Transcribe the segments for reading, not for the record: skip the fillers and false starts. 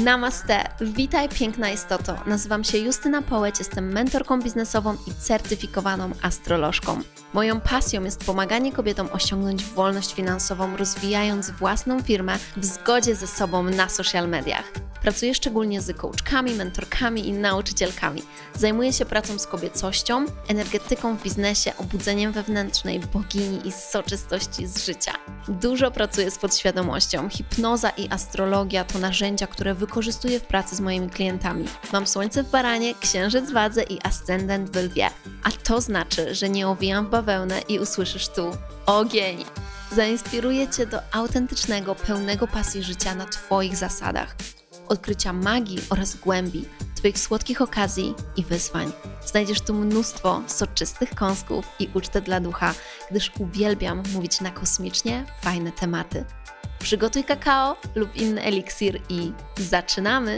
Namaste, witaj piękna istoto. Nazywam się Justyna Połeć, jestem mentorką biznesową i certyfikowaną astrolożką. Moją pasją jest pomaganie kobietom osiągnąć wolność finansową, rozwijając własną firmę w zgodzie ze sobą na social mediach. Pracuję szczególnie z coachkami, mentorkami i nauczycielkami. Zajmuję się pracą z kobiecością, energetyką w biznesie, obudzeniem wewnętrznej bogini i soczystości z życia. Dużo pracuję z podświadomością. Hipnoza i astrologia to narzędzia, które wykorzystuję w pracy z moimi klientami. Mam słońce w baranie, księżyc w wadze i ascendent w lwie. A to znaczy, że nie owijam w bawełnę i usłyszysz tu ogień. Zainspiruję Cię do autentycznego, pełnego pasji życia na Twoich zasadach. Odkrycia magii oraz głębi, Twoich słodkich okazji i wyzwań. Znajdziesz tu mnóstwo soczystych kąsków i ucztę dla ducha, gdyż uwielbiam mówić na kosmicznie fajne tematy. Przygotuj kakao lub inny eliksir i zaczynamy!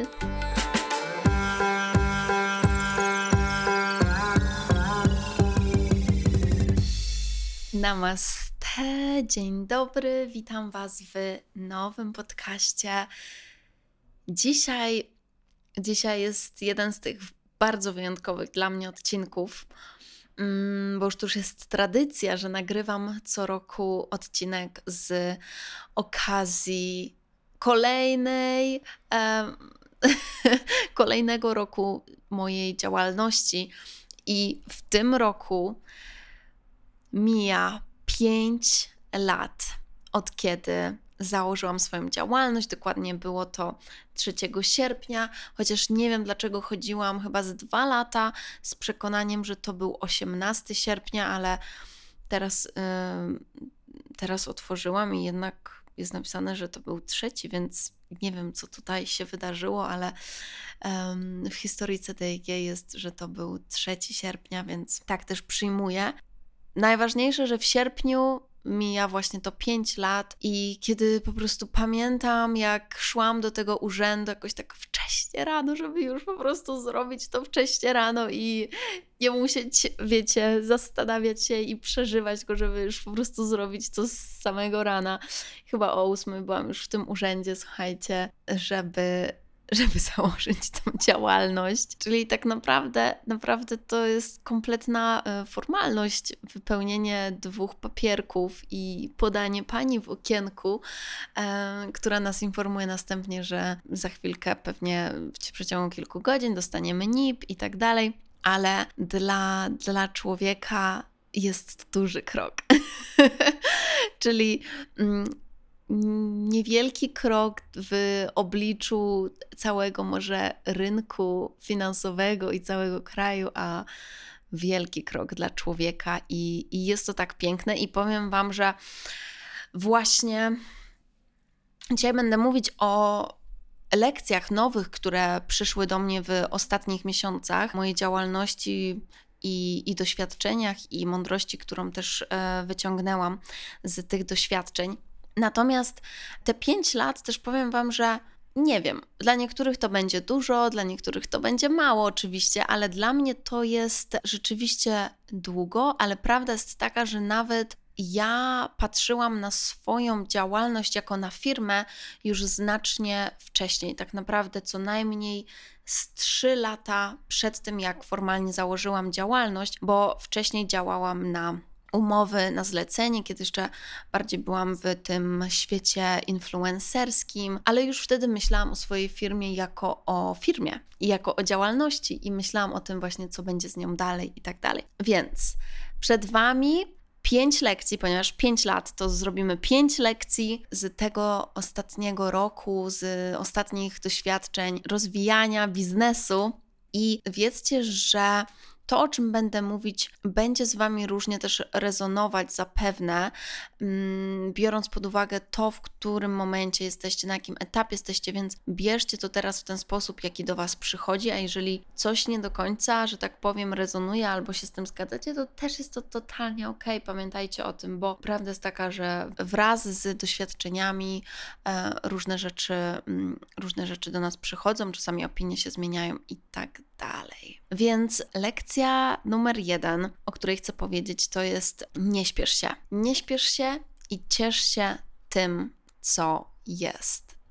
Namaste, dzień dobry, witam Was w nowym podcaście. Dzisiaj jest jeden z tych bardzo wyjątkowych dla mnie odcinków, bo już tu już jest tradycja, że nagrywam co roku odcinek z okazji kolejnego roku mojej działalności i w tym roku mija 5 lat od kiedy założyłam swoją działalność, dokładnie było to 3 sierpnia, chociaż nie wiem dlaczego chodziłam chyba z 2 lata z przekonaniem, że to był 18 sierpnia, ale teraz otworzyłam i jednak jest napisane, że to był 3, więc nie wiem co tutaj się wydarzyło, ale w historii CDG jest, że to był 3 sierpnia, więc tak też przyjmuję. Najważniejsze, że w sierpniu mija właśnie to 5 lat i kiedy po prostu pamiętam, jak szłam do tego urzędu jakoś tak wcześnie rano, żeby już po prostu zrobić to wcześnie rano i nie musieć, wiecie, zastanawiać się i przeżywać go, żeby już po prostu zrobić to z samego rana. Chyba o 8 byłam już w tym urzędzie, słuchajcie, żeby założyć tą działalność. Czyli tak naprawdę to jest kompletna formalność, wypełnienie 2 papierków i podanie pani w okienku, która nas informuje następnie, że za chwilkę pewnie w przeciągu kilku godzin dostaniemy NIP i tak dalej, ale dla człowieka jest to duży krok. Czyli niewielki krok w obliczu całego może rynku finansowego i całego kraju, a wielki krok dla człowieka i jest to tak piękne i powiem Wam, że właśnie dzisiaj będę mówić o lekcjach nowych, które przyszły do mnie w ostatnich miesiącach mojej działalności i doświadczeniach i mądrości, którą też wyciągnęłam z tych doświadczeń. Natomiast te 5 lat też powiem Wam, że nie wiem, dla niektórych to będzie dużo, dla niektórych to będzie mało oczywiście, ale dla mnie to jest rzeczywiście długo, ale prawda jest taka, że nawet ja patrzyłam na swoją działalność jako na firmę już znacznie wcześniej, tak naprawdę co najmniej z 3 lata przed tym, jak formalnie założyłam działalność, bo wcześniej działałam na umowy na zlecenie, kiedy jeszcze bardziej byłam w tym świecie influencerskim, ale już wtedy myślałam o swojej firmie jako o firmie i jako o działalności i myślałam o tym właśnie, co będzie z nią dalej i tak dalej. Więc przed Wami 5 lekcji, ponieważ 5 lat to zrobimy 5 lekcji z tego ostatniego roku, z ostatnich doświadczeń rozwijania biznesu i wiedzcie, że to, o czym będę mówić, będzie z Wami różnie też rezonować zapewne, biorąc pod uwagę to, w którym momencie jesteście, na jakim etapie jesteście, więc bierzcie to teraz w ten sposób, jaki do Was przychodzi, a jeżeli coś nie do końca, że tak powiem, rezonuje albo się z tym zgadzacie, to też jest to totalnie okej. Pamiętajcie o tym, bo prawda jest taka, że wraz z doświadczeniami różne rzeczy do nas przychodzą, czasami opinie się zmieniają i tak dalej. Więc lekcja numer 1, o której chcę powiedzieć, to jest nie śpiesz się. Nie śpiesz się i ciesz się tym, co jest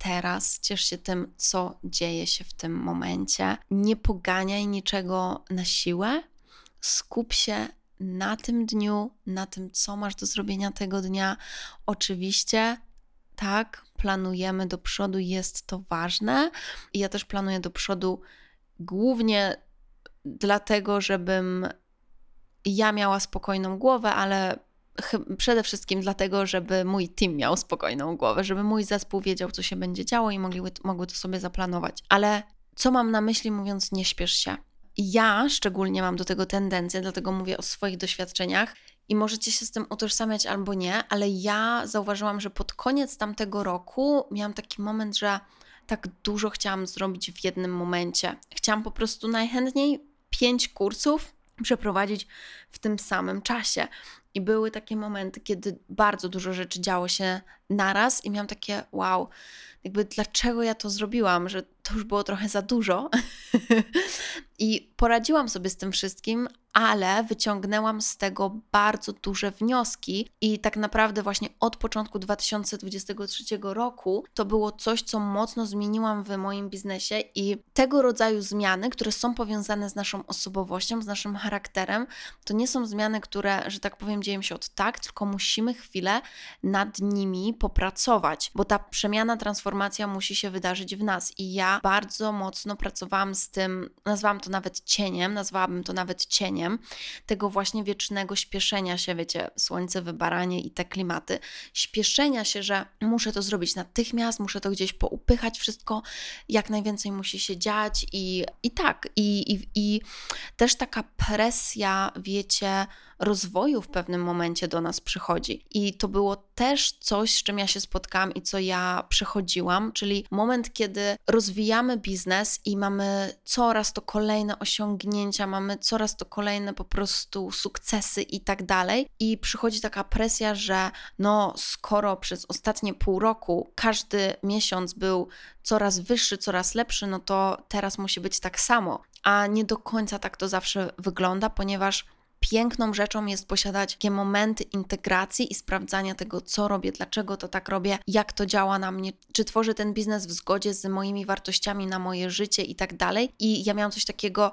teraz, ciesz się tym, co dzieje się w tym momencie. Nie poganiaj niczego na siłę, skup się na tym dniu, na tym, co masz do zrobienia tego dnia. Oczywiście, tak, planujemy do przodu, jest to ważne. I ja też planuję do przodu głównie dlatego, żebym ja miała spokojną głowę, ale przede wszystkim dlatego, żeby mój team miał spokojną głowę, żeby mój zespół wiedział, co się będzie działo i mogły to sobie zaplanować. Ale co mam na myśli, mówiąc nie śpiesz się? Ja szczególnie mam do tego tendencję, dlatego mówię o swoich doświadczeniach i możecie się z tym utożsamiać albo nie, ale ja zauważyłam, że pod koniec tamtego roku miałam taki moment, że tak dużo chciałam zrobić w jednym momencie. Chciałam po prostu najchętniej 5 kursów przeprowadzić w tym samym czasie. I były takie momenty, kiedy bardzo dużo rzeczy działo się naraz i miałam takie wow, jakby dlaczego ja to zrobiłam, że to już było trochę za dużo. I poradziłam sobie z tym wszystkim, ale wyciągnęłam z tego bardzo duże wnioski i tak naprawdę właśnie od początku 2023 roku to było coś, co mocno zmieniłam w moim biznesie i tego rodzaju zmiany, które są powiązane z naszą osobowością, z naszym charakterem, to nie są zmiany, które, że tak powiem, dzieją się od tak, tylko musimy chwilę nad nimi popracować, bo ta przemiana, transformacja musi się wydarzyć w nas i ja bardzo mocno pracowałam z tym, nazwałabym to nawet cieniem tego właśnie wiecznego śpieszenia się, wiecie, słońce, wybaranie i te klimaty, śpieszenia się, że muszę to zrobić natychmiast, muszę to gdzieś poupychać wszystko, jak najwięcej musi się dziać i też taka presja, wiecie, rozwoju w pewnym momencie do nas przychodzi. I to było też coś, z czym ja się spotkałam i co ja przechodziłam, czyli moment, kiedy rozwijamy biznes i mamy coraz to kolejne osiągnięcia, mamy coraz to kolejne po prostu sukcesy i tak dalej. I przychodzi taka presja, że no skoro przez ostatnie pół roku każdy miesiąc był coraz wyższy, coraz lepszy, no to teraz musi być tak samo. A nie do końca tak to zawsze wygląda, ponieważ piękną rzeczą jest posiadać takie momenty integracji i sprawdzania tego, co robię, dlaczego to tak robię, jak to działa na mnie, czy tworzę ten biznes w zgodzie z moimi wartościami na moje życie i tak dalej. I ja miałam coś takiego,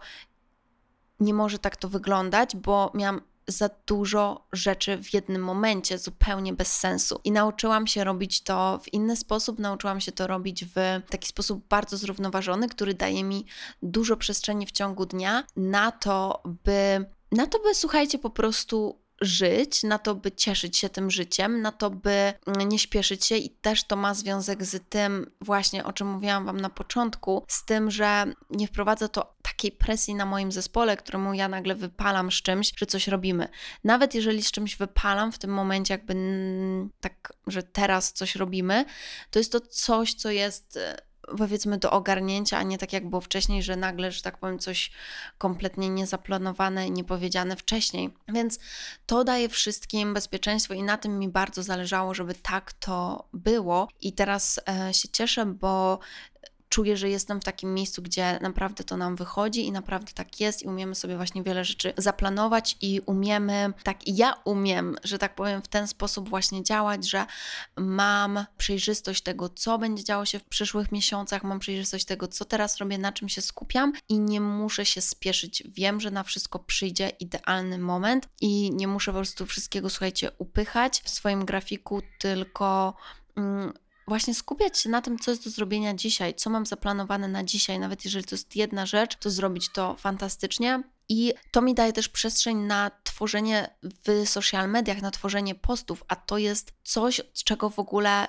nie może tak to wyglądać, bo miałam za dużo rzeczy w jednym momencie, zupełnie bez sensu. I nauczyłam się robić to w inny sposób, nauczyłam się to robić w taki sposób bardzo zrównoważony, który daje mi dużo przestrzeni w ciągu dnia na to, by słuchajcie, po prostu żyć, na to, by cieszyć się tym życiem, na to, by nie śpieszyć się i też to ma związek z tym właśnie, o czym mówiłam Wam na początku, z tym, że nie wprowadza to takiej presji na moim zespole, któremu ja nagle wypalam z czymś, że coś robimy. Nawet jeżeli z czymś wypalam w tym momencie jakby tak, że teraz coś robimy, to jest to coś, co jest powiedzmy do ogarnięcia, a nie tak jak było wcześniej, że nagle, że tak powiem, coś kompletnie niezaplanowane i niepowiedziane wcześniej. Więc to daje wszystkim bezpieczeństwo i na tym mi bardzo zależało, żeby tak to było i teraz się cieszę, bo czuję, że jestem w takim miejscu, gdzie naprawdę to nam wychodzi i naprawdę tak jest i umiemy sobie właśnie wiele rzeczy zaplanować i ja umiem, że tak powiem, w ten sposób właśnie działać, że mam przejrzystość tego, co będzie działo się w przyszłych miesiącach, mam przejrzystość tego, co teraz robię, na czym się skupiam i nie muszę się spieszyć. Wiem, że na wszystko przyjdzie idealny moment i nie muszę po prostu wszystkiego, słuchajcie, upychać w swoim grafiku, tylko właśnie skupiać się na tym, co jest do zrobienia dzisiaj, co mam zaplanowane na dzisiaj, nawet jeżeli to jest jedna rzecz, to zrobić to fantastycznie. I to mi daje też przestrzeń na tworzenie w social mediach, na tworzenie postów, a to jest coś, z czego w ogóle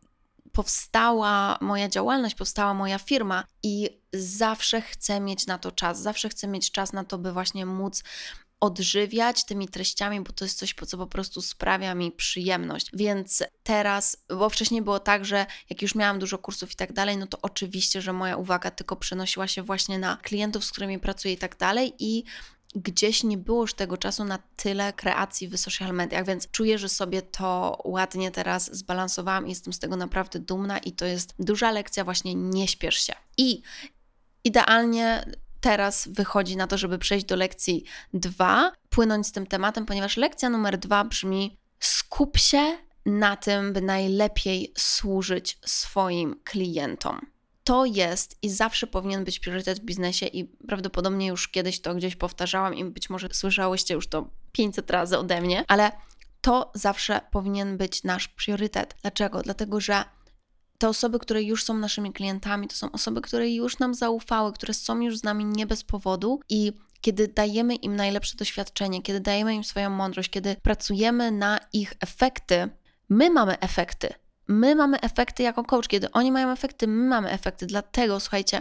powstała moja działalność, powstała moja firma i zawsze chcę mieć na to czas, zawsze chcę mieć czas na to, by właśnie móc odżywiać tymi treściami, bo to jest coś, co po prostu sprawia mi przyjemność. Więc teraz, bo wcześniej było tak, że jak już miałam dużo kursów i tak dalej, no to oczywiście, że moja uwaga tylko przenosiła się właśnie na klientów, z którymi pracuję i tak dalej i gdzieś nie było już tego czasu na tyle kreacji w social mediach, więc czuję, że sobie to ładnie teraz zbalansowałam i jestem z tego naprawdę dumna i to jest duża lekcja właśnie nie śpiesz się. I idealnie teraz wychodzi na to, żeby przejść do lekcji 2, płynąć z tym tematem, ponieważ lekcja numer 2 brzmi: skup się na tym, by najlepiej służyć swoim klientom. To jest i zawsze powinien być priorytet w biznesie i prawdopodobnie już kiedyś to gdzieś powtarzałam i być może słyszałyście już to 500 razy ode mnie, ale to zawsze powinien być nasz priorytet. Dlaczego? Dlatego, że te osoby, które już są naszymi klientami, to są osoby, które już nam zaufały, które są już z nami nie bez powodu i kiedy dajemy im najlepsze doświadczenie, kiedy dajemy im swoją mądrość, kiedy pracujemy na ich efekty, my mamy efekty. My mamy efekty jako coach. Kiedy oni mają efekty, my mamy efekty. Dlatego, słuchajcie,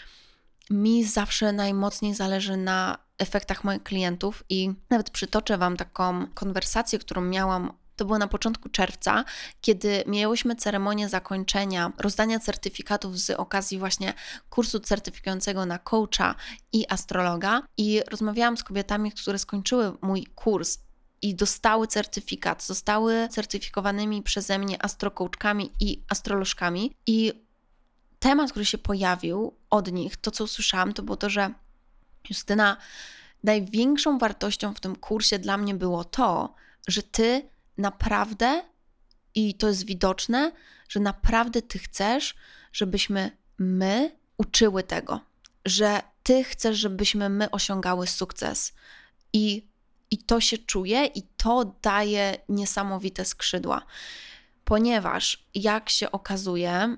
mi zawsze najmocniej zależy na efektach moich klientów i nawet przytoczę Wam taką konwersację, którą miałam. To było na początku czerwca, kiedy miałyśmy ceremonię zakończenia, rozdania certyfikatów z okazji właśnie kursu certyfikującego na coacha i astrologa i rozmawiałam z kobietami, które skończyły mój kurs i dostały certyfikat, zostały certyfikowanymi przeze mnie astrocoachkami i astrolożkami i temat, który się pojawił od nich, to co usłyszałam, to było to, że Justyna, największą wartością w tym kursie dla mnie było to, że Ty naprawdę, i to jest widoczne, że naprawdę Ty chcesz, żebyśmy my uczyły tego, że Ty chcesz, żebyśmy my osiągały sukces i to się czuje i to daje niesamowite skrzydła, ponieważ jak się okazuje,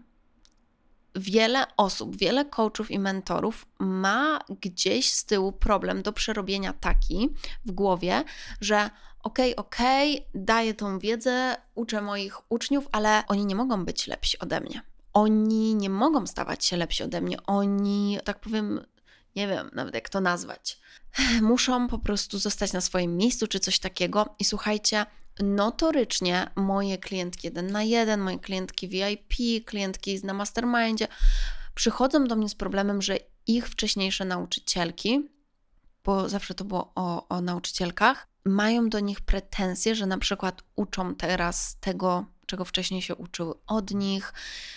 wiele osób, wiele coachów i mentorów ma gdzieś z tyłu problem do przerobienia taki w głowie, że okej, daję tą wiedzę, uczę moich uczniów, ale oni nie mogą być lepsi ode mnie. Oni nie mogą stawać się lepsi ode mnie. Oni, tak powiem, nie wiem nawet jak to nazwać, muszą po prostu zostać na swoim miejscu czy coś takiego. I słuchajcie, notorycznie moje klientki 1 na 1, moje klientki VIP, klientki na mastermindzie przychodzą do mnie z problemem, że ich wcześniejsze nauczycielki, bo zawsze to było o nauczycielkach, mają do nich pretensje, że na przykład uczą teraz tego, czego wcześniej się uczyły od nich.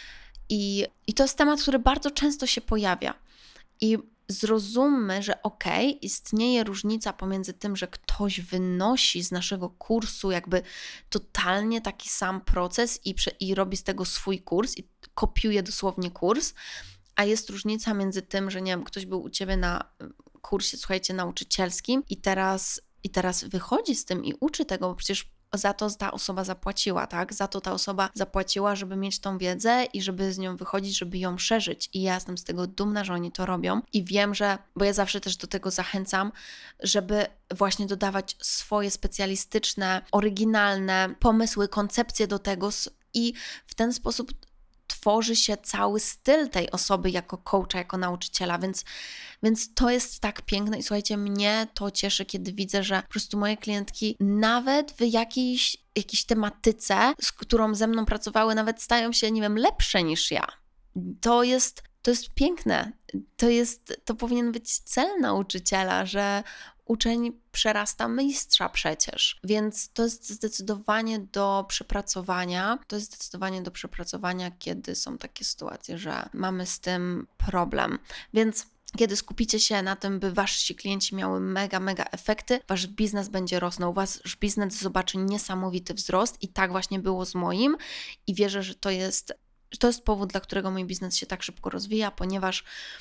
I to jest temat, który bardzo często się pojawia. I zrozummy, że istnieje różnica pomiędzy tym, że ktoś wynosi z naszego kursu jakby totalnie taki sam proces i robi z tego swój kurs i kopiuje dosłownie kurs, a jest różnica między tym, że nie wiem, ktoś był u Ciebie na kursie, słuchajcie, nauczycielskim i teraz wychodzi z tym i uczy tego, bo przecież za to ta osoba zapłaciła, tak? Za to ta osoba zapłaciła, żeby mieć tą wiedzę i żeby z nią wychodzić, żeby ją szerzyć. I ja jestem z tego dumna, że oni to robią. I wiem, że, bo ja zawsze też do tego zachęcam, żeby właśnie dodawać swoje specjalistyczne, oryginalne pomysły, koncepcje do tego i w ten sposób tworzy się cały styl tej osoby jako coacha, jako nauczyciela, więc to jest tak piękne i słuchajcie, mnie to cieszy, kiedy widzę, że po prostu moje klientki nawet w jakiejś tematyce, z którą ze mną pracowały, nawet stają się, nie wiem, lepsze niż ja. To jest piękne. To powinien być cel nauczyciela, że uczeń przerasta mistrza przecież. Więc to jest zdecydowanie do przepracowania. To jest zdecydowanie do przepracowania, kiedy są takie sytuacje, że mamy z tym problem. Więc kiedy skupicie się na tym, by wasi klienci miały mega efekty, wasz biznes będzie rosnął, wasz biznes zobaczy niesamowity wzrost i tak właśnie było z moim i wierzę, że to jest powód, dla którego mój biznes się tak szybko rozwija, ponieważ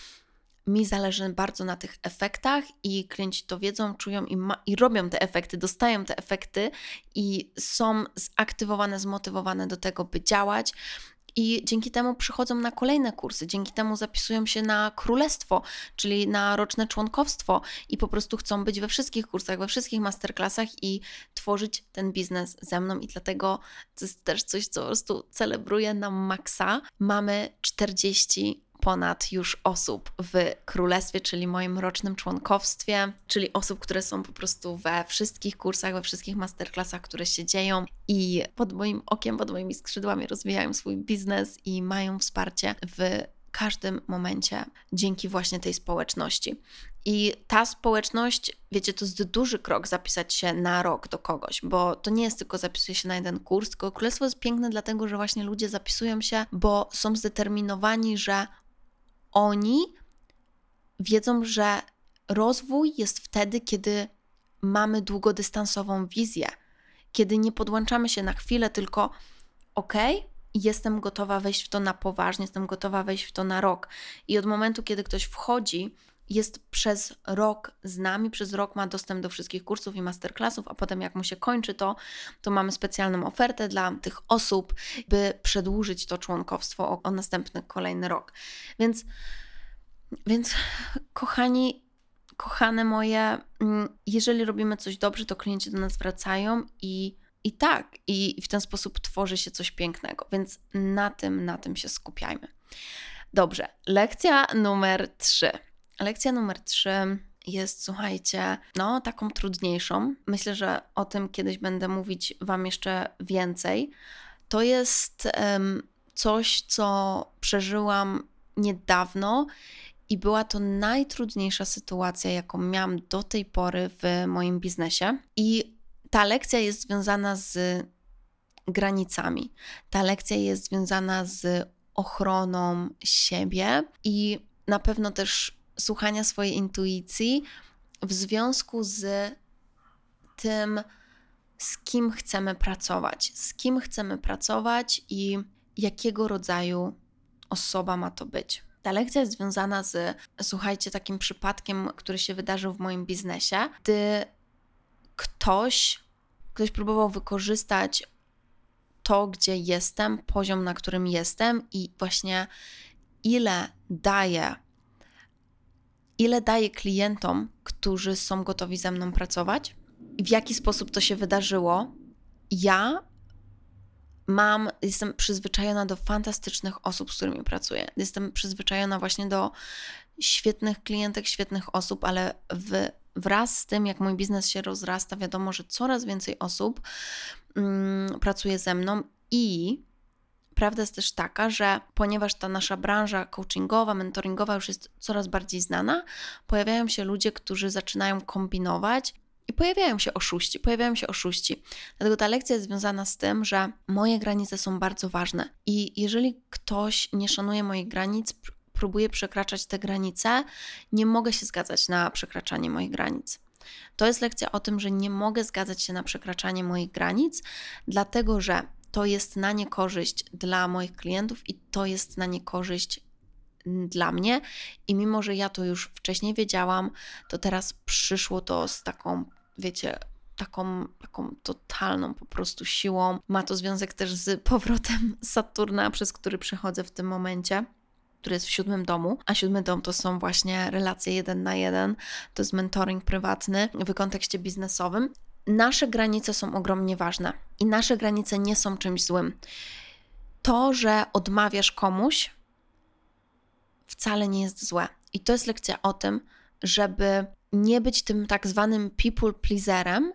mi zależy bardzo na tych efektach i klienci to wiedzą, czują i robią te efekty, dostają te efekty i są zaktywowane, zmotywowane do tego, by działać. I dzięki temu przychodzą na kolejne kursy, dzięki temu zapisują się na królestwo, czyli na roczne członkowstwo i po prostu chcą być we wszystkich kursach, we wszystkich masterclassach i tworzyć ten biznes ze mną i dlatego to jest też coś, co po prostu celebruję na maksa. Mamy 40 ponad już osób w królestwie, czyli moim rocznym członkowstwie, czyli osób, które są po prostu we wszystkich kursach, we wszystkich masterclassach, które się dzieją i pod moim okiem, pod moimi skrzydłami rozwijają swój biznes i mają wsparcie w każdym momencie dzięki właśnie tej społeczności. I ta społeczność, wiecie, to jest duży krok zapisać się na rok do kogoś, bo to nie jest tylko zapisuje się na jeden kurs, tylko królestwo jest piękne dlatego, że właśnie ludzie zapisują się, bo są zdeterminowani, że oni wiedzą, że rozwój jest wtedy, kiedy mamy długodystansową wizję, kiedy nie podłączamy się na chwilę, tylko jestem gotowa wejść w to na poważnie, jestem gotowa wejść w to na rok. I od momentu, kiedy ktoś wchodzi, jest przez rok z nami, przez rok ma dostęp do wszystkich kursów i masterclassów, a potem jak mu się kończy to mamy specjalną ofertę dla tych osób, by przedłużyć to członkowstwo o następny, kolejny rok. Więc kochani, kochane moje, jeżeli robimy coś dobrze, to klienci do nas wracają i w ten sposób tworzy się coś pięknego, więc na tym się skupiajmy. Dobrze, lekcja numer 3. Lekcja numer 3 jest, słuchajcie, taką trudniejszą. Myślę, że o tym kiedyś będę mówić Wam jeszcze więcej. To jest coś, co przeżyłam niedawno i była to najtrudniejsza sytuacja, jaką miałam do tej pory w moim biznesie. I ta lekcja jest związana z granicami. Ta lekcja jest związana z ochroną siebie i na pewno też słuchania swojej intuicji w związku z tym, z kim chcemy pracować i jakiego rodzaju osoba ma to być. Ta lekcja jest związana z, słuchajcie, takim przypadkiem, który się wydarzył w moim biznesie, gdy ktoś próbował wykorzystać to, gdzie jestem, poziom, na którym jestem i właśnie ile daję klientom, którzy są gotowi ze mną pracować i w jaki sposób to się wydarzyło. Jestem przyzwyczajona do fantastycznych osób, z którymi pracuję. Jestem przyzwyczajona właśnie do świetnych klientek, świetnych osób, ale wraz z tym, jak mój biznes się rozrasta, wiadomo, że coraz więcej osób pracuje ze mną i prawda jest też taka, że ponieważ ta nasza branża coachingowa, mentoringowa już jest coraz bardziej znana, pojawiają się ludzie, którzy zaczynają kombinować i pojawiają się oszuści. Dlatego ta lekcja jest związana z tym, że moje granice są bardzo ważne i jeżeli ktoś nie szanuje moich granic, próbuje przekraczać te granice, nie mogę się zgadzać na przekraczanie moich granic. To jest lekcja o tym, że nie mogę zgadzać się na przekraczanie moich granic, dlatego że to jest na niekorzyść dla moich klientów i to jest na niekorzyść dla mnie i mimo, że ja to już wcześniej wiedziałam, to teraz przyszło to z taką, wiecie, taką totalną po prostu siłą. Ma to związek też z powrotem Saturna, przez który przechodzę w tym momencie, który jest w 7. domu, a 7. dom to są właśnie relacje 1 na 1, to jest mentoring prywatny w kontekście biznesowym. Nasze granice są ogromnie ważne i nasze granice nie są czymś złym. To, że odmawiasz komuś, wcale nie jest złe. I to jest lekcja o tym, żeby nie być tym tak zwanym people pleaserem,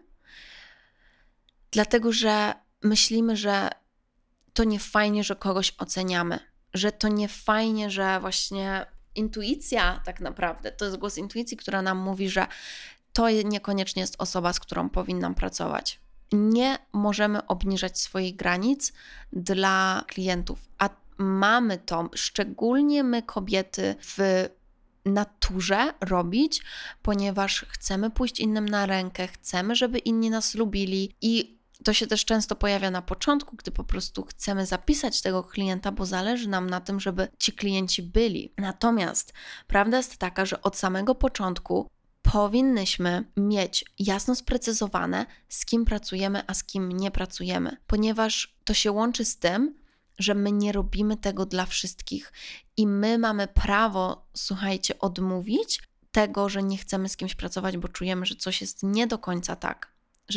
dlatego że myślimy, że to nie fajnie, że kogoś oceniamy, że to nie fajnie, że właśnie intuicja tak naprawdę, to jest głos intuicji, która nam mówi, że to niekoniecznie jest osoba, z którą powinnam pracować. Nie możemy obniżać swoich granic dla klientów, a mamy to, szczególnie my kobiety, w naturze robić, ponieważ chcemy pójść innym na rękę, chcemy, żeby inni nas lubili i to się też często pojawia na początku, gdy po prostu chcemy zapisać tego klienta, bo zależy nam na tym, żeby ci klienci byli. Natomiast prawda jest taka, że od samego początku powinnyśmy mieć jasno sprecyzowane, z kim pracujemy, a z kim nie pracujemy, ponieważ to się łączy z tym, że my nie robimy tego dla wszystkich i my mamy prawo, słuchajcie, odmówić tego, że nie chcemy z kimś pracować, bo czujemy, że coś jest nie do końca tak.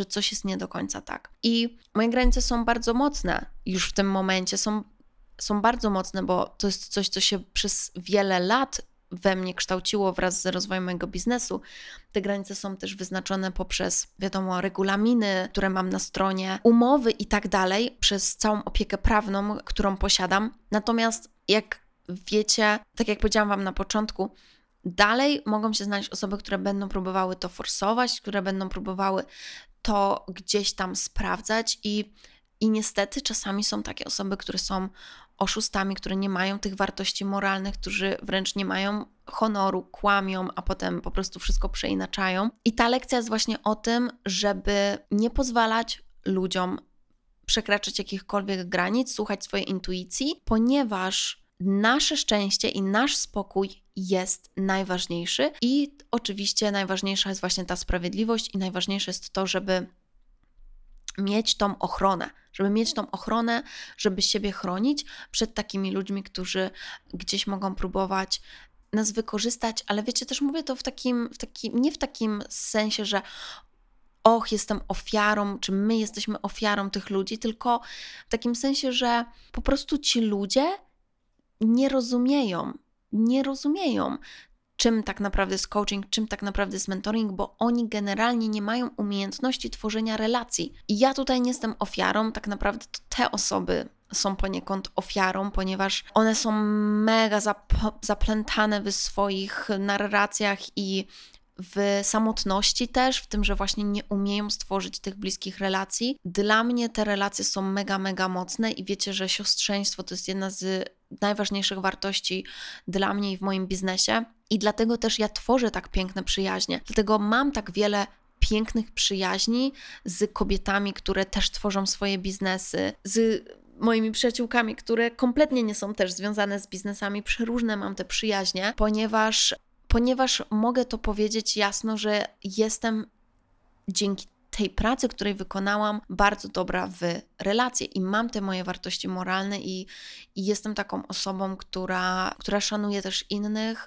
I moje granice są bardzo mocne już w tym momencie, są bardzo mocne, bo to jest coś, co się przez wiele lat we mnie kształciło wraz z rozwojem mojego biznesu. Te granice są też wyznaczone poprzez, wiadomo, regulaminy, które mam na stronie, umowy i tak dalej, przez całą opiekę prawną, którą posiadam. Natomiast jak wiecie, tak jak powiedziałam Wam na początku, dalej mogą się znaleźć osoby, które będą próbowały to forsować, które będą próbowały to gdzieś tam sprawdzać i niestety czasami są takie osoby, które są oszustami, które nie mają tych wartości moralnych, którzy wręcz nie mają honoru, kłamią, a potem po prostu wszystko przeinaczają. I ta lekcja jest właśnie o tym, żeby nie pozwalać, ludziom przekraczać jakichkolwiek granic, słuchać swojej intuicji, ponieważ nasze szczęście i nasz spokój jest najważniejszy i oczywiście najważniejsza jest właśnie ta sprawiedliwość i najważniejsze jest to, żeby mieć tą ochronę, żeby siebie chronić przed takimi ludźmi, którzy gdzieś mogą próbować nas wykorzystać, ale wiecie, też mówię to nie w takim sensie, że jestem ofiarą, czy my jesteśmy ofiarą tych ludzi, tylko w takim sensie, że po prostu ci ludzie nie rozumieją, czym tak naprawdę jest coaching, czym tak naprawdę jest mentoring, bo oni generalnie nie mają umiejętności tworzenia relacji. I ja tutaj nie jestem ofiarą, tak naprawdę to te osoby są poniekąd ofiarą, ponieważ one są mega zaplątane w swoich narracjach i w samotności też, w tym, że właśnie nie umieją stworzyć tych bliskich relacji. Dla mnie te relacje są mega, mega mocne i wiecie, że siostrzeństwo to jest jedna z najważniejszych wartości dla mnie i w moim biznesie i dlatego też ja tworzę tak piękne przyjaźnie. Dlatego mam tak wiele pięknych przyjaźni z kobietami, które też tworzą swoje biznesy, z moimi przyjaciółkami, które kompletnie nie są też związane z biznesami. Przeróżne mam te przyjaźnie, ponieważ mogę to powiedzieć jasno, że jestem dzięki tej pracy, której wykonałam, bardzo dobra w relacje i mam te moje wartości moralne i jestem taką osobą, która szanuje też innych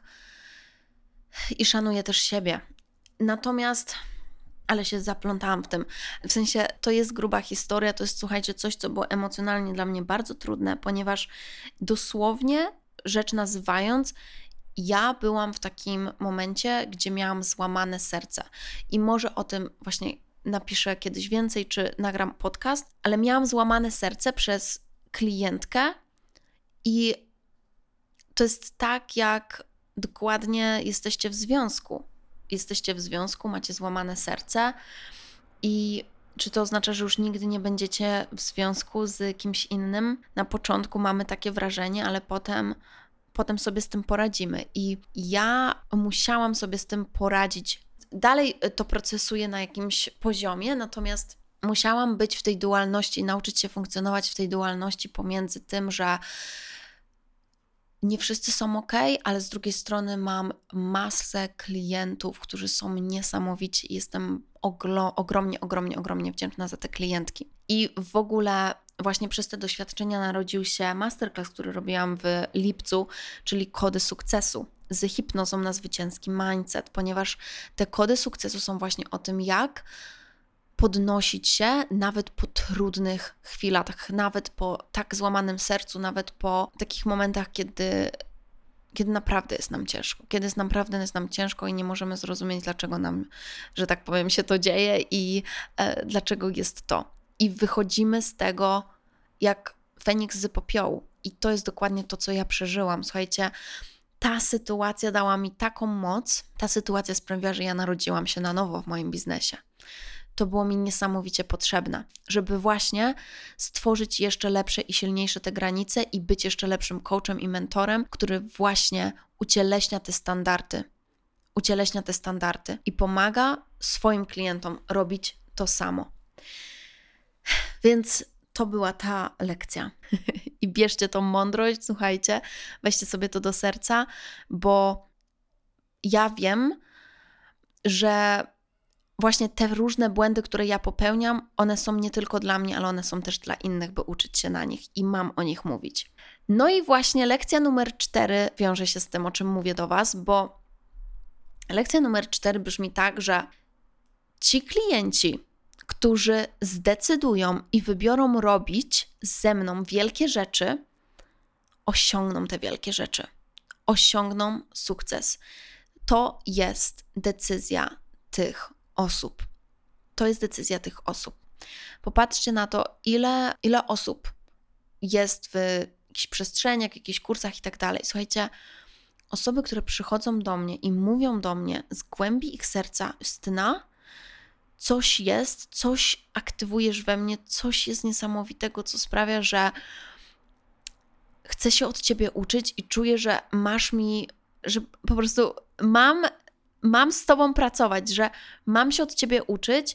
i szanuje też siebie. Natomiast, ale się zaplątałam w tym, w sensie to jest gruba historia, to jest, słuchajcie, coś, co było emocjonalnie dla mnie bardzo trudne, ponieważ dosłownie, rzecz nazywając, ja byłam w takim momencie, gdzie miałam złamane serce i może o tym właśnie napiszę kiedyś więcej, czy nagram podcast, ale miałam złamane serce przez klientkę i to jest tak, jak dokładnie jesteście w związku. Jesteście w związku, macie złamane serce i czy to oznacza, że już nigdy nie będziecie w związku z kimś innym? Na początku mamy takie wrażenie, ale potem sobie z tym poradzimy i ja musiałam sobie z tym poradzić. Dalej to procesuję na jakimś poziomie, natomiast musiałam być w tej dualności, nauczyć się funkcjonować w tej dualności pomiędzy tym, że nie wszyscy są okej, ale z drugiej strony mam masę klientów, którzy są niesamowici i jestem ogromnie wdzięczna za te klientki. I w ogóle właśnie przez te doświadczenia narodził się masterclass, który robiłam w lipcu, czyli kody sukcesu z hipnozą na zwycięski mindset, ponieważ te kody sukcesu są właśnie o tym, jak podnosić się nawet po trudnych chwilach, nawet po tak złamanym sercu, nawet po takich momentach, kiedy naprawdę jest nam ciężko, i nie możemy zrozumieć, dlaczego nam, że tak powiem, się to dzieje i dlaczego jest to. I wychodzimy z tego jak Feniks z popiołu. I to jest dokładnie to, co ja przeżyłam. Słuchajcie, ta sytuacja dała mi taką moc, ta sytuacja sprawiła, że ja narodziłam się na nowo w moim biznesie. To było mi niesamowicie potrzebne, żeby właśnie stworzyć jeszcze lepsze i silniejsze te granice i być jeszcze lepszym coachem i mentorem, który właśnie ucieleśnia te standardy i pomaga swoim klientom robić to samo. Więc to była ta lekcja. I bierzcie tą mądrość, słuchajcie, weźcie sobie to do serca, bo ja wiem, że właśnie te różne błędy, które ja popełniam, one są nie tylko dla mnie, ale one są też dla innych, by uczyć się na nich i mam o nich mówić. No i właśnie lekcja numer 4 wiąże się z tym, o czym mówię do Was, bo lekcja numer 4 brzmi tak, że ci klienci, którzy zdecydują i wybiorą robić ze mną wielkie rzeczy, osiągną te wielkie rzeczy, osiągną sukces. To jest decyzja tych osób. To jest decyzja tych osób. Popatrzcie na to, ile osób jest w jakichś przestrzeniach, jakichś kursach i tak dalej. Słuchajcie, osoby, które przychodzą do mnie i mówią do mnie z głębi ich serca, Justyna, coś jest, coś aktywujesz we mnie, coś jest niesamowitego, co sprawia, że chcę się od Ciebie uczyć i czuję, że że po prostu mam z Tobą pracować, że mam się od Ciebie uczyć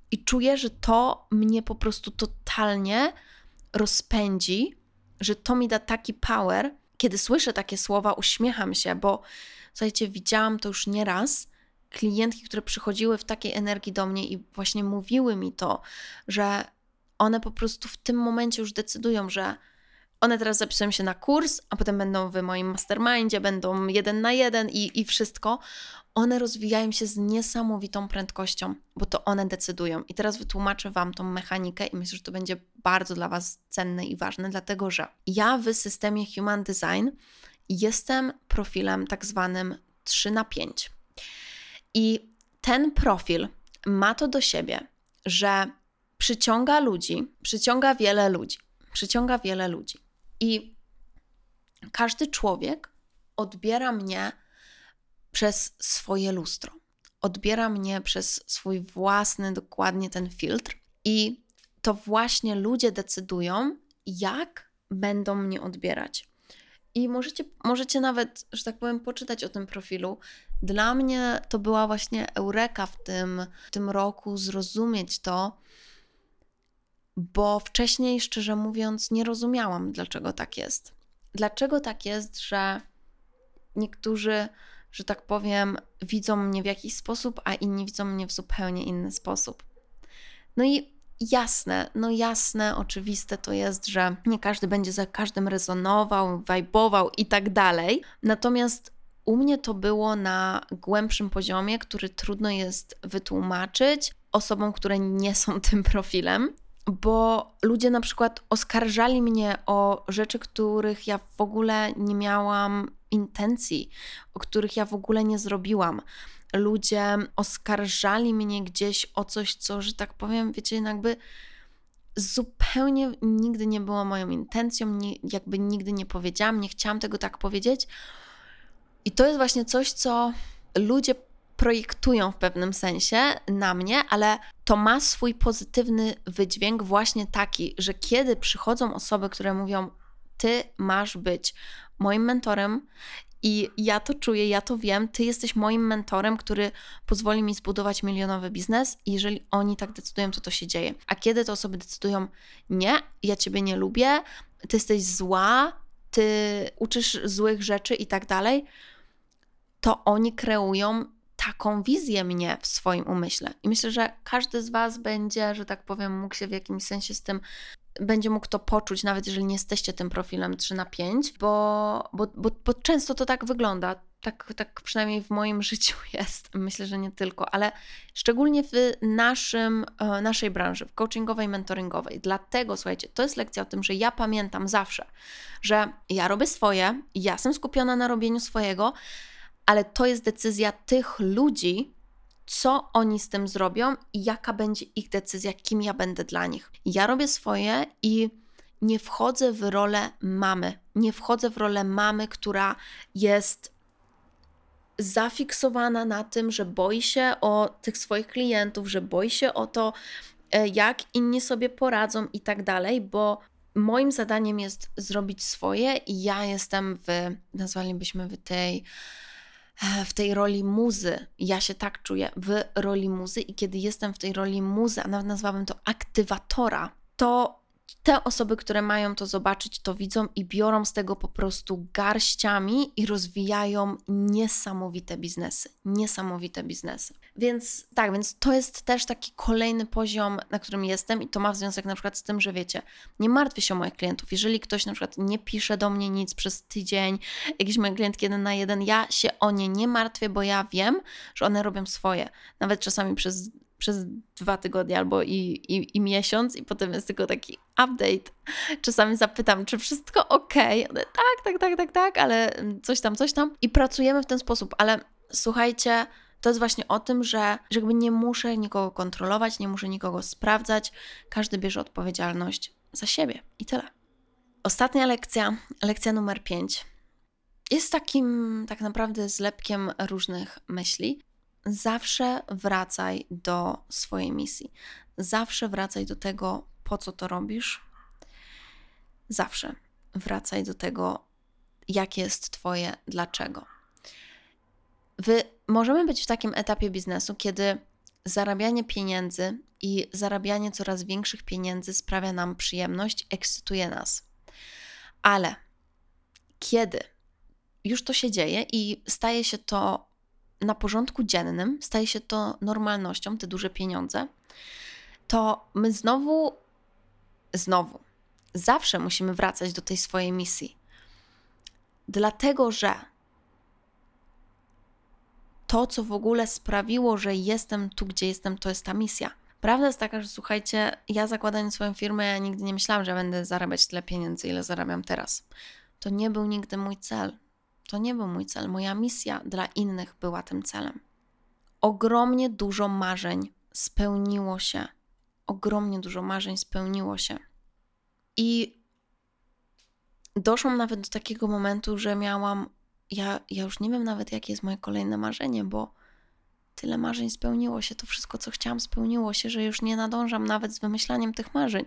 I czuję, że to mnie po prostu totalnie rozpędzi, że to mi da taki power. Kiedy słyszę takie słowa, uśmiecham się, bo słuchajcie, widziałam to już nieraz. Klientki, które przychodziły w takiej energii do mnie i właśnie mówiły mi to, że one po prostu w tym momencie już decydują, że one teraz zapisują się na kurs, a potem będą w moim mastermindzie, będą 1 na 1 i wszystko. One rozwijają się z niesamowitą prędkością, bo to one decydują. I teraz wytłumaczę Wam tą mechanikę i myślę, że to będzie bardzo dla Was cenne i ważne, dlatego że ja w systemie Human Design jestem profilem tak zwanym 3/5. I ten profil ma to do siebie, że przyciąga ludzi, przyciąga wiele ludzi. I każdy człowiek odbiera mnie przez swoje lustro. Odbiera mnie przez swój własny, dokładnie ten filtr. I to właśnie ludzie decydują, jak będą mnie odbierać. I możecie nawet, że tak powiem, poczytać o tym profilu. Dla mnie to była właśnie eureka w tym roku, zrozumieć to, bo wcześniej, szczerze mówiąc, nie rozumiałam, dlaczego tak jest. Dlaczego tak jest, że niektórzy, że tak powiem, widzą mnie w jakiś sposób, a inni widzą mnie w zupełnie inny sposób. No i jasne, oczywiste to jest, że nie każdy będzie za każdym rezonował, wajbował i tak dalej. Natomiast u mnie to było na głębszym poziomie, który trudno jest wytłumaczyć osobom, które nie są tym profilem, bo ludzie na przykład oskarżali mnie o rzeczy, których ja w ogóle nie miałam intencji, o których ja w ogóle nie zrobiłam. Ludzie oskarżali mnie gdzieś o coś, co, że tak powiem, wiecie, jakby zupełnie nigdy nie było moją intencją, jakby nigdy nie powiedziałam, nie chciałam tego tak powiedzieć. I to jest właśnie coś, co ludzie projektują w pewnym sensie na mnie, ale to ma swój pozytywny wydźwięk właśnie taki, że kiedy przychodzą osoby, które mówią: ty masz być moim mentorem i ja to czuję, ja to wiem, ty jesteś moim mentorem, który pozwoli mi zbudować milionowy biznes i jeżeli oni tak decydują, to się dzieje. A kiedy te osoby decydują: nie, ja ciebie nie lubię, ty jesteś zła, ty uczysz złych rzeczy i tak dalej, to oni kreują taką wizję mnie w swoim umyśle. I myślę, że każdy z Was będzie, że tak powiem, mógł się w jakimś sensie z tym, będzie mógł to poczuć, nawet jeżeli nie jesteście tym profilem 3/5, bo często to tak wygląda. Tak przynajmniej w moim życiu jest. Myślę, że nie tylko, ale szczególnie w naszej branży, w coachingowej, mentoringowej. Dlatego, słuchajcie, to jest lekcja o tym, że ja pamiętam zawsze, że ja robię swoje, ja jestem skupiona na robieniu swojego, ale to jest decyzja tych ludzi, co oni z tym zrobią i jaka będzie ich decyzja, kim ja będę dla nich. Ja robię swoje i nie wchodzę w rolę mamy. Nie wchodzę w rolę mamy, która jest zafiksowana na tym, że boi się o tych swoich klientów, że boi się o to, jak inni sobie poradzą i tak dalej, bo moim zadaniem jest zrobić swoje i ja jestem nazwalibyśmy w tej roli muzy. Ja się tak czuję, w roli muzy i kiedy jestem w tej roli muzy, a nawet nazwałabym to aktywatora, to te osoby, które mają to zobaczyć, to widzą i biorą z tego po prostu garściami i rozwijają niesamowite biznesy. Więc to jest też taki kolejny poziom, na którym jestem i to ma związek na przykład z tym, że wiecie, nie martwię się o moich klientów. Jeżeli ktoś na przykład nie pisze do mnie nic przez tydzień, jakieś moje klientki 1 na 1, ja się o nie nie martwię, bo ja wiem, że one robią swoje. Nawet czasami przez 2 tygodnie albo i miesiąc i potem jest tylko taki update. Czasami zapytam, czy wszystko ok? One, tak, ale coś tam. I pracujemy w ten sposób, ale słuchajcie, to jest właśnie o tym, że jakby nie muszę nikogo kontrolować, nie muszę nikogo sprawdzać. Każdy bierze odpowiedzialność za siebie i tyle. Ostatnia lekcja numer 5, jest takim tak naprawdę zlepkiem różnych myśli. Zawsze wracaj do swojej misji. Zawsze wracaj do tego, po co to robisz. Zawsze wracaj do tego, jakie jest Twoje dlaczego. Możemy być w takim etapie biznesu, kiedy zarabianie pieniędzy i zarabianie coraz większych pieniędzy sprawia nam przyjemność, ekscytuje nas. Ale kiedy już to się dzieje i staje się to na porządku dziennym, staje się to normalnością, te duże pieniądze, to my znowu, zawsze musimy wracać do tej swojej misji. Dlatego, że to, co w ogóle sprawiło, że jestem tu, gdzie jestem, to jest ta misja. Prawda jest taka, że słuchajcie, ja zakładając swoją firmę, ja nigdy nie myślałam, że będę zarabiać tyle pieniędzy, ile zarabiam teraz. To nie był nigdy mój cel. To nie był mój cel. Moja misja dla innych była tym celem. Ogromnie dużo marzeń spełniło się. Ogromnie dużo marzeń spełniło się. I doszłam nawet do takiego momentu, że miałam, ja już nie wiem nawet, jakie jest moje kolejne marzenie, bo tyle marzeń spełniło się, to wszystko, co chciałam, spełniło się, że już nie nadążam nawet z wymyślaniem tych marzeń.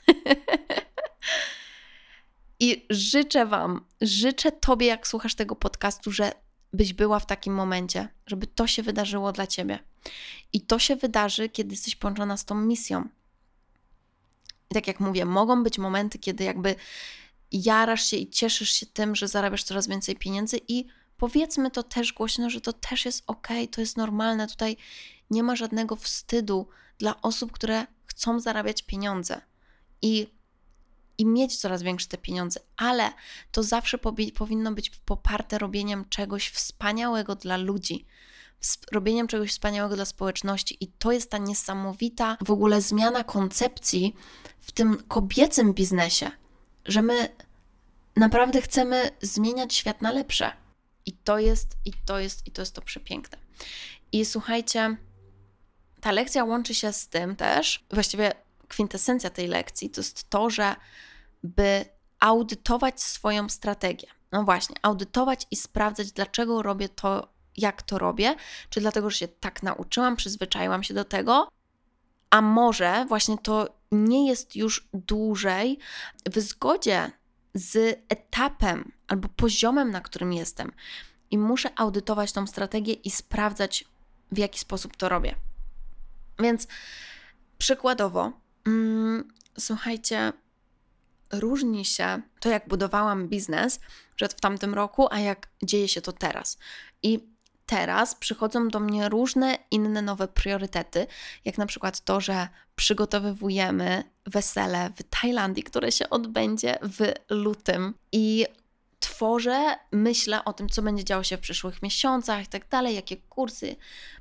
I życzę Tobie, jak słuchasz tego podcastu, że byś była w takim momencie, żeby to się wydarzyło dla Ciebie. I to się wydarzy, kiedy jesteś połączona z tą misją. I tak jak mówię, mogą być momenty, kiedy jakby jarasz się i cieszysz się tym, że zarabiasz coraz więcej pieniędzy i powiedzmy to też głośno, że to też jest okej, to jest normalne. Tutaj nie ma żadnego wstydu dla osób, które chcą zarabiać pieniądze i mieć coraz większe te pieniądze, ale to zawsze powinno być poparte robieniem czegoś wspaniałego dla ludzi, robieniem czegoś wspaniałego dla społeczności i to jest ta niesamowita w ogóle zmiana koncepcji w tym kobiecym biznesie, że my naprawdę chcemy zmieniać świat na lepsze. I to jest to przepiękne. I słuchajcie, ta lekcja łączy się z tym też, właściwie kwintesencja tej lekcji to jest to, że by audytować swoją strategię. No właśnie, audytować i sprawdzać, dlaczego robię to, jak to robię, czy dlatego, że się tak nauczyłam, przyzwyczaiłam się do tego, a może właśnie to nie jest już dłużej w zgodzie z etapem albo poziomem, na którym jestem i muszę audytować tą strategię i sprawdzać, w jaki sposób to robię. Więc przykładowo, słuchajcie, różni się to, jak budowałam biznes w tamtym roku, a jak dzieje się to teraz. I teraz przychodzą do mnie różne inne nowe priorytety, jak na przykład to, że przygotowujemy wesele w Tajlandii, które się odbędzie w lutym i myślę o tym, co będzie działo się w przyszłych miesiącach i tak dalej, jakie kursy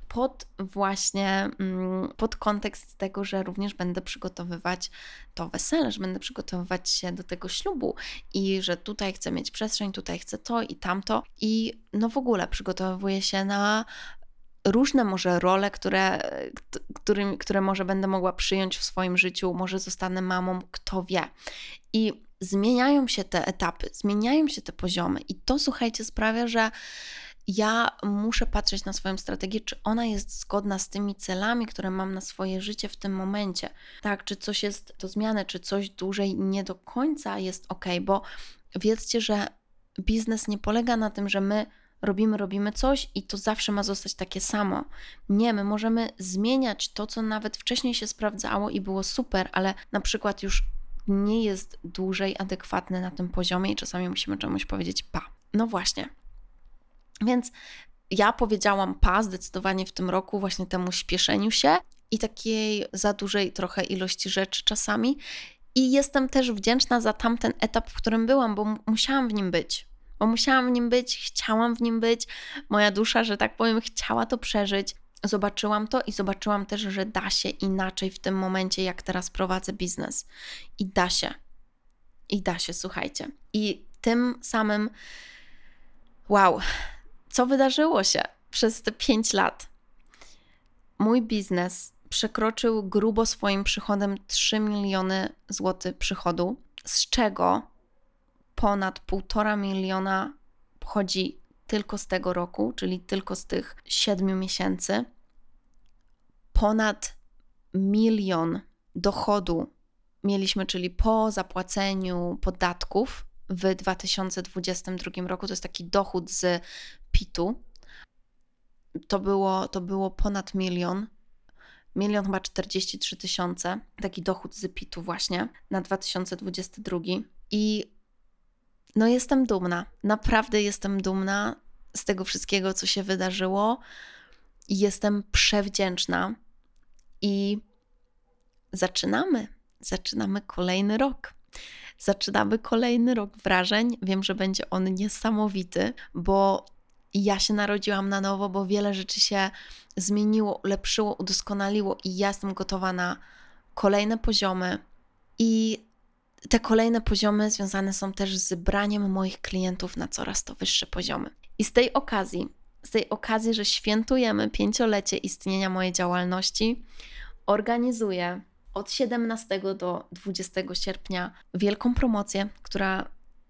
pod kontekst tego, że również będę przygotowywać to wesele, że będę przygotowywać się do tego ślubu i że tutaj chcę mieć przestrzeń, tutaj chcę to i tamto i no w ogóle przygotowuję się na różne może role, które może będę mogła przyjąć w swoim życiu, może zostanę mamą, kto wie. I zmieniają się te etapy, zmieniają się te poziomy i to, słuchajcie, sprawia, że ja muszę patrzeć na swoją strategię, czy ona jest zgodna z tymi celami, które mam na swoje życie w tym momencie. Tak, czy coś jest do zmiany, czy coś dłużej nie do końca jest okej, bo wiedzcie, że biznes nie polega na tym, że my robimy coś i to zawsze ma zostać takie samo. Nie, my możemy zmieniać to, co nawet wcześniej się sprawdzało i było super, ale na przykład już nie jest dłużej adekwatne na tym poziomie i czasami musimy czemuś powiedzieć pa. No właśnie. Więc ja powiedziałam pa zdecydowanie w tym roku właśnie temu śpieszeniu się i takiej za dużej trochę ilości rzeczy czasami i jestem też wdzięczna za tamten etap, w którym byłam, bo musiałam w nim być. Chciałam w nim być, moja dusza, że tak powiem, chciała to przeżyć. Zobaczyłam to i zobaczyłam też, że da się inaczej w tym momencie, jak teraz prowadzę biznes. I da się, słuchajcie. I tym samym, wow, co wydarzyło się przez te 5 lat? Mój biznes przekroczył grubo swoim przychodem 3 miliony złotych przychodu, z czego ponad 1,5 miliona pochodzi tylko z tego roku, czyli tylko z tych 7 miesięcy. Ponad 1 milion dochodu mieliśmy, czyli po zapłaceniu podatków w 2022 roku. To jest taki dochód z PIT-u. To było ponad 1 milion. 1 chyba 43 000, taki dochód z PIT-u właśnie na 2022 i no jestem dumna, naprawdę jestem dumna z tego wszystkiego, co się wydarzyło i jestem przewdzięczna i zaczynamy kolejny rok. Zaczynamy kolejny rok wrażeń. Wiem, że będzie on niesamowity, bo ja się narodziłam na nowo, bo wiele rzeczy się zmieniło, ulepszyło, udoskonaliło i ja jestem gotowa na kolejne poziomy. I te kolejne poziomy związane są też z braniem moich klientów na coraz to wyższe poziomy. I z tej okazji, że świętujemy 5-lecie istnienia mojej działalności, organizuję od 17 do 20 sierpnia wielką promocję, która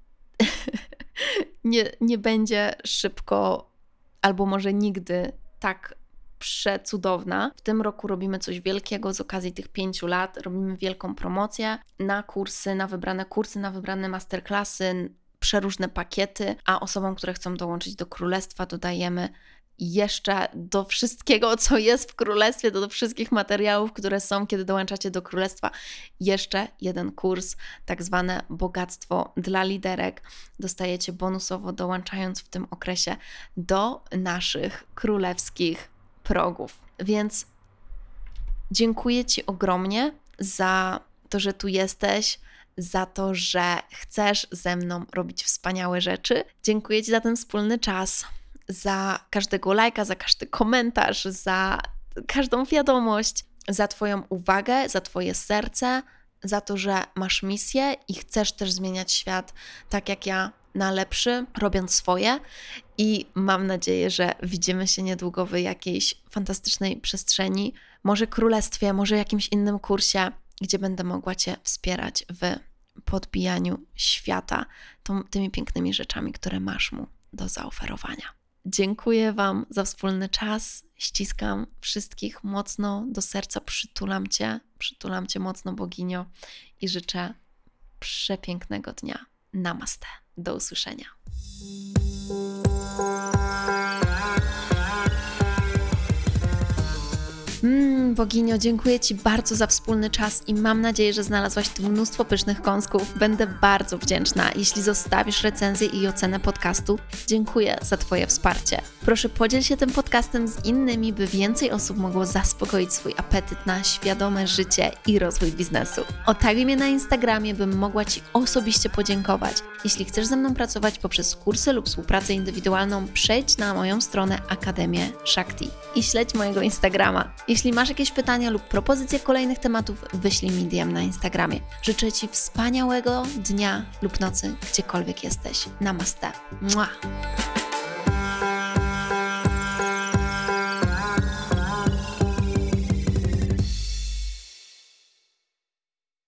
nie będzie szybko albo może nigdy tak przecudowna. W tym roku robimy coś wielkiego z okazji tych 5 lat. Robimy wielką promocję na kursy, na wybrane masterclassy, przeróżne pakiety, a osobom, które chcą dołączyć do Królestwa, dodajemy jeszcze do wszystkiego, co jest w Królestwie, do wszystkich materiałów, które są, kiedy dołączacie do Królestwa, jeszcze jeden kurs, tak zwane Bogactwo dla liderek. Dostajecie bonusowo, dołączając w tym okresie do naszych królewskich progów. Więc dziękuję Ci ogromnie za to, że tu jesteś, za to, że chcesz ze mną robić wspaniałe rzeczy. Dziękuję Ci za ten wspólny czas, za każdego lajka, za każdy komentarz, za każdą wiadomość, za Twoją uwagę, za Twoje serce, za to, że masz misję i chcesz też zmieniać świat tak jak ja na lepszy, robiąc swoje. I mam nadzieję, że widzimy się niedługo w jakiejś fantastycznej przestrzeni, może królestwie, może jakimś innym kursie, gdzie będę mogła Cię wspierać w podbijaniu świata tymi pięknymi rzeczami, które masz mu do zaoferowania. Dziękuję Wam za wspólny czas. Ściskam wszystkich mocno do serca, przytulam Cię mocno, boginio, i życzę przepięknego dnia. Namaste. Do usłyszenia. Boginio, dziękuję Ci bardzo za wspólny czas i mam nadzieję, że znalazłaś tu mnóstwo pysznych kąsków. Będę bardzo wdzięczna, jeśli zostawisz recenzję i ocenę podcastu. Dziękuję za Twoje wsparcie. Proszę, podziel się tym podcastem z innymi, by więcej osób mogło zaspokoić swój apetyt na świadome życie i rozwój biznesu. Otaguj mnie na Instagramie, bym mogła Ci osobiście podziękować. Jeśli chcesz ze mną pracować poprzez kursy lub współpracę indywidualną, przejdź na moją stronę Akademię Shakti i śledź mojego Instagrama. Jeśli masz jakieś pytania lub propozycje kolejnych tematów, wyślij mi DM na Instagramie. Życzę Ci wspaniałego dnia lub nocy, gdziekolwiek jesteś. Namaste. Mua.